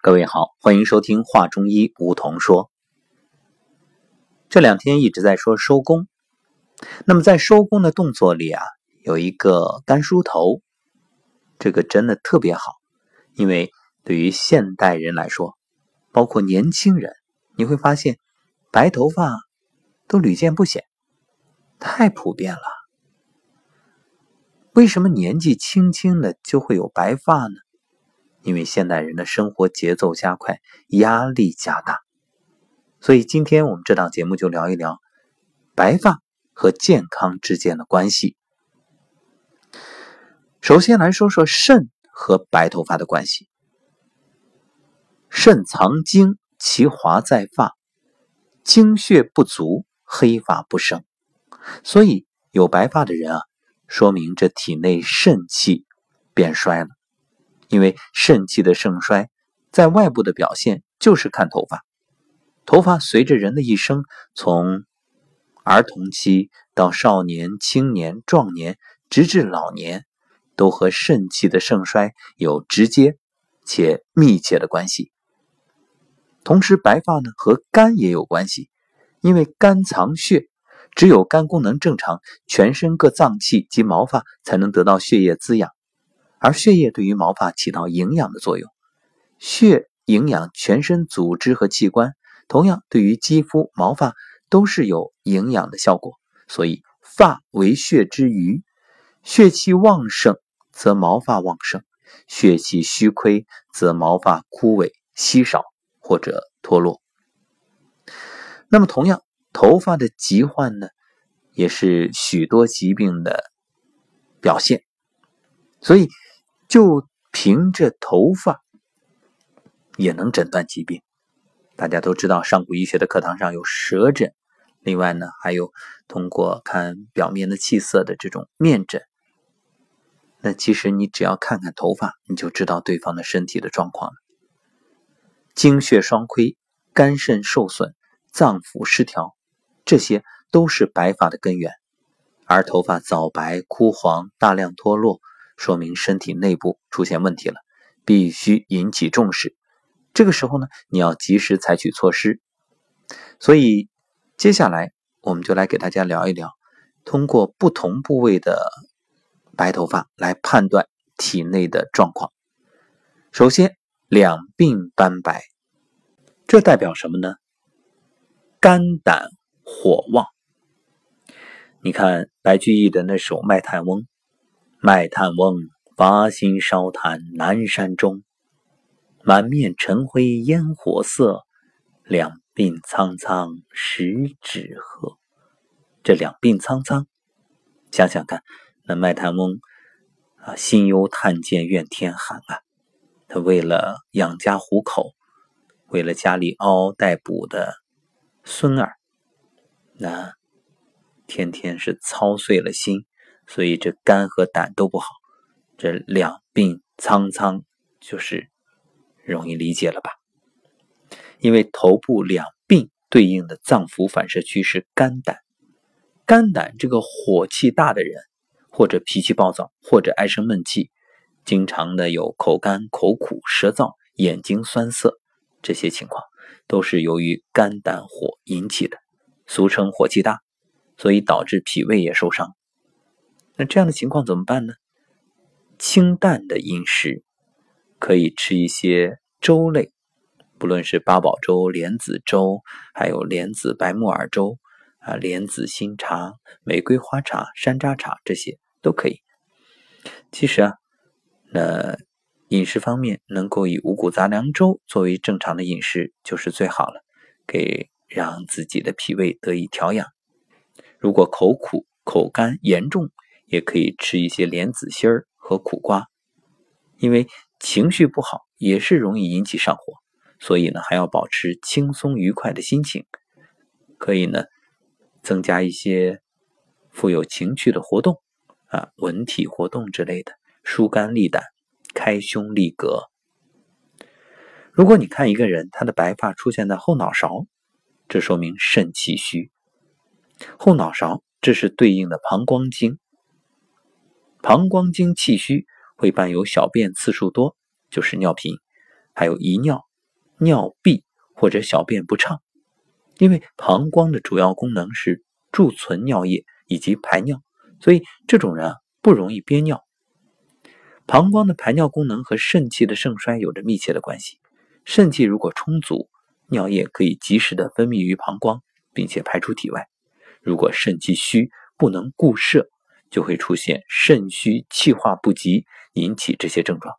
各位好，欢迎收听话中医梧桐说。这两天一直在说收工，那么在收工的动作里有一个干梳头，这个真的特别好，因为对于现代人来说，包括年轻人，你会发现白头发都屡见不鲜，太普遍了。为什么年纪轻轻的就会有白发呢？因为现代人的生活节奏加快，压力加大。所以今天我们这档节目就聊一聊白发和健康之间的关系。首先来说说肾和白头发的关系。肾藏精，其华在发，精血不足，黑发不生。所以有白发的人说明这体内肾气变衰了。因为肾气的盛衰，在外部的表现就是看头发。头发随着人的一生，从儿童期到少年、青年、壮年，直至老年，都和肾气的盛衰有直接且密切的关系。同时白发呢和肝也有关系，因为肝藏血，只有肝功能正常，全身各脏器及毛发才能得到血液滋养，而血液对于毛发起到营养的作用。血营养全身组织和器官，同样对于肌肤、毛发都是有营养的效果。所以发为血之余，血气旺盛则毛发旺盛，血气虚亏则毛发枯萎稀少或者脱落。那么同样，头发的疾患呢，也是许多疾病的表现。所以就凭着头发也能诊断疾病。大家都知道上古医学的课堂上有舌诊，另外呢还有通过看表面的气色的这种面诊。那其实你只要看看头发，你就知道对方的身体的状况了。精血双亏，肝肾受损，脏腑失调，这些都是白发的根源。而头发早白、枯黄、大量脱落，说明身体内部出现问题了，必须引起重视。这个时候呢，你要及时采取措施。所以接下来我们就来给大家聊一聊，通过不同部位的白头发来判断体内的状况。首先，两鬓斑白，这代表什么呢？肝胆火旺。你看白居易的那首《卖炭翁》，卖炭翁，伐薪烧炭南山中，满面尘灰烟火色，两鬓苍苍十指合。这两鬓苍苍，想想看，那卖炭翁心忧炭贱怨天寒他为了养家糊口，为了家里嗷嗷待哺的孙儿，那天天是操碎了心，所以这肝和胆都不好。这两鬓苍苍就是容易理解了吧？因为头部两鬓对应的脏腑反射区是肝胆。肝胆这个火气大的人，或者脾气暴躁，或者爱生闷气，经常的有口干、口苦、舌燥、眼睛酸涩，这些情况都是由于肝胆火引起的，俗称火气大，所以导致脾胃也受伤。那这样的情况怎么办呢？清淡的饮食，可以吃一些粥类，不论是八宝粥、莲子粥，还有莲子白木耳粥莲子新茶、玫瑰花茶、山楂茶，这些都可以。其实那饮食方面能够以五谷杂粮粥作为正常的饮食就是最好了，可以让自己的脾胃得以调养。如果口苦、口干严重，也可以吃一些莲子心儿和苦瓜。因为情绪不好也是容易引起上火，所以呢还要保持轻松愉快的心情。可以呢增加一些富有情趣的活动文体活动之类的，疏肝利胆，开胸利膈。如果你看一个人他的白发出现在后脑勺，这说明肾气虚。后脑勺这是对应的膀胱经，膀胱经气虚会伴有小便次数多，就是尿频，还有遗尿尿闭或者小便不畅。因为膀胱的主要功能是贮存尿液以及排尿，所以这种人不容易憋尿。膀胱的排尿功能和肾气的盛衰有着密切的关系。肾气如果充足，尿液可以及时的分泌于膀胱，并且排出体外。如果肾气虚，不能固摄，就会出现肾虚气化不及，引起这些症状。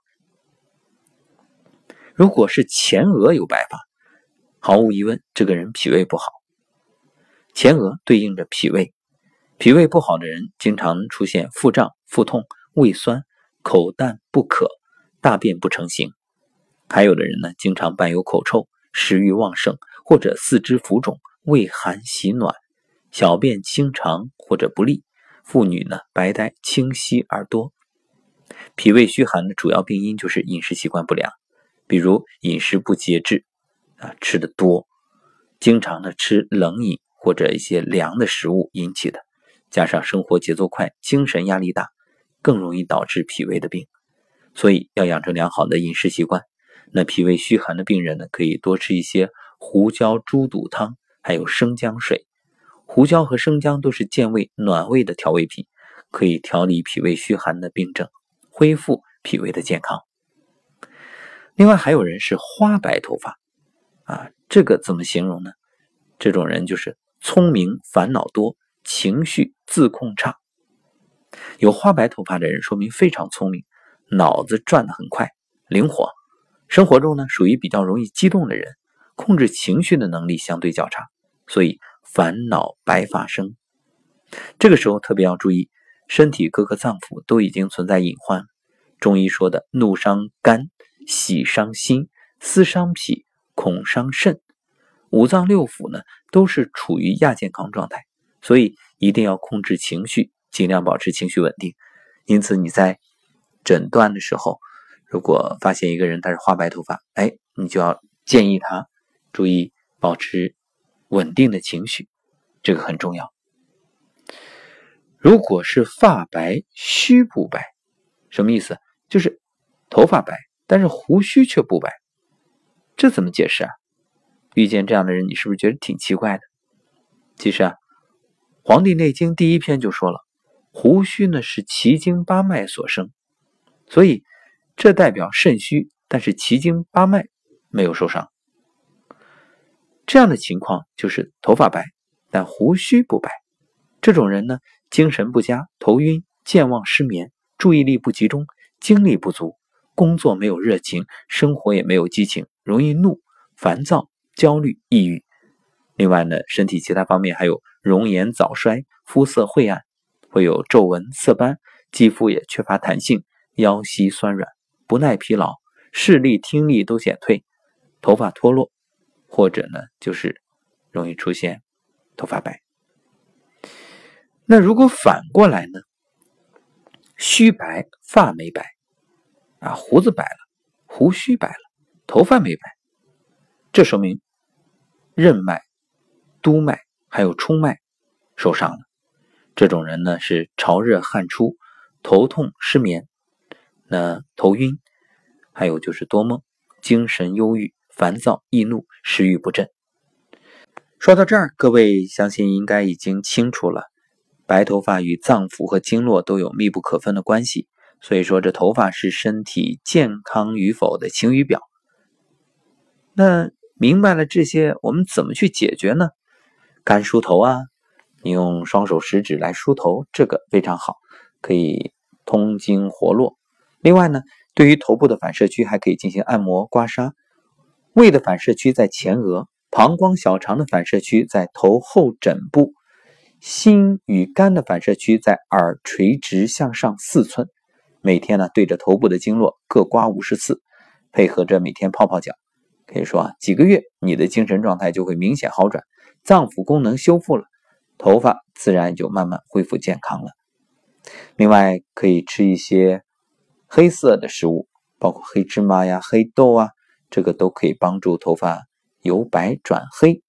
如果是前额有白发，毫无疑问，这个人脾胃不好。前额对应着脾胃，脾胃不好的人经常出现腹胀、腹痛、胃酸、口淡不渴、大便不成形。还有的人呢，经常伴有口臭、食欲旺盛，或者四肢浮肿、畏寒喜暖、小便清长或者不利。妇女呢，白带清稀而多。脾胃虚寒的主要病因就是饮食习惯不良，比如饮食不节制，吃的多，经常的吃冷饮或者一些凉的食物引起的，加上生活节奏快，精神压力大，更容易导致脾胃的病。所以要养成良好的饮食习惯。那脾胃虚寒的病人呢，可以多吃一些胡椒猪肚汤，还有生姜水。胡椒和生姜都是健胃暖胃的调味品，可以调理脾胃虚寒的病症，恢复脾胃的健康。另外还有人是花白头发这个怎么形容呢？这种人就是聪明烦恼多，情绪自控差。有花白头发的人说明非常聪明，脑子转得很快，灵活。生活中呢，属于比较容易激动的人，控制情绪的能力相对较差，所以烦恼白发生。这个时候特别要注意，身体各个脏腑都已经存在隐患。中医说的怒伤肝、喜伤心、思伤脾、恐伤肾，五脏六腑呢都是处于亚健康状态，所以一定要控制情绪，尽量保持情绪稳定。因此你在诊断的时候，如果发现一个人他是花白头发，你就要建议他注意保持稳定的情绪，这个很重要。如果是发白须不白，什么意思？就是头发白，但是胡须却不白，这怎么解释啊？遇见这样的人，你是不是觉得挺奇怪的？其实黄帝内经》第1篇就说了，胡须呢是奇经八脉所生，所以这代表肾虚，但是奇经八脉没有受伤。这样的情况就是头发白，但胡须不白。这种人呢，精神不佳，头晕、健忘、失眠，注意力不集中，精力不足，工作没有热情，生活也没有激情，容易怒、烦躁、焦虑、抑郁。另外呢，身体其他方面还有容颜早衰，肤色晦暗，会有皱纹、色斑，肌肤也缺乏弹性，腰膝酸软，不耐疲劳，视力、听力都减退，头发脱落，或者呢，就是容易出现头发白。那如果反过来呢？须白发没白胡子白了，胡须白了，头发没白，这说明任脉、督脉还有冲脉受伤了。这种人呢是潮热汗出，头痛失眠，头晕，还有就是多梦，精神忧郁，烦躁易怒，食欲不振。说到这儿，各位相信应该已经清楚了，白头发与脏腑和经络都有密不可分的关系，所以说这头发是身体健康与否的晴雨表。那明白了这些，我们怎么去解决呢？干梳头你用双手食指来梳头，这个非常好，可以通经活络。另外呢，对于头部的反射区还可以进行按摩刮痧。胃的反射区在前额，膀胱小肠的反射区在头后枕部，心与肝的反射区在耳垂直向上4寸。每天呢对着头部的经络各刮50次，配合着每天泡泡脚，可以说几个月你的精神状态就会明显好转，脏腑功能修复了，头发自然就慢慢恢复健康了。另外可以吃一些黑色的食物，包括黑芝麻呀、黑豆这个都可以帮助头发由白转黑。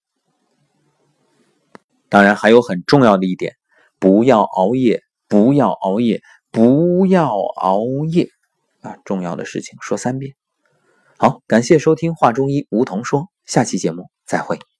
当然还有很重要的一点，不要熬夜，不要熬夜，不要熬夜重要的事情说3遍。 好，感谢收听《话中医》梧桐说，下期节目再会。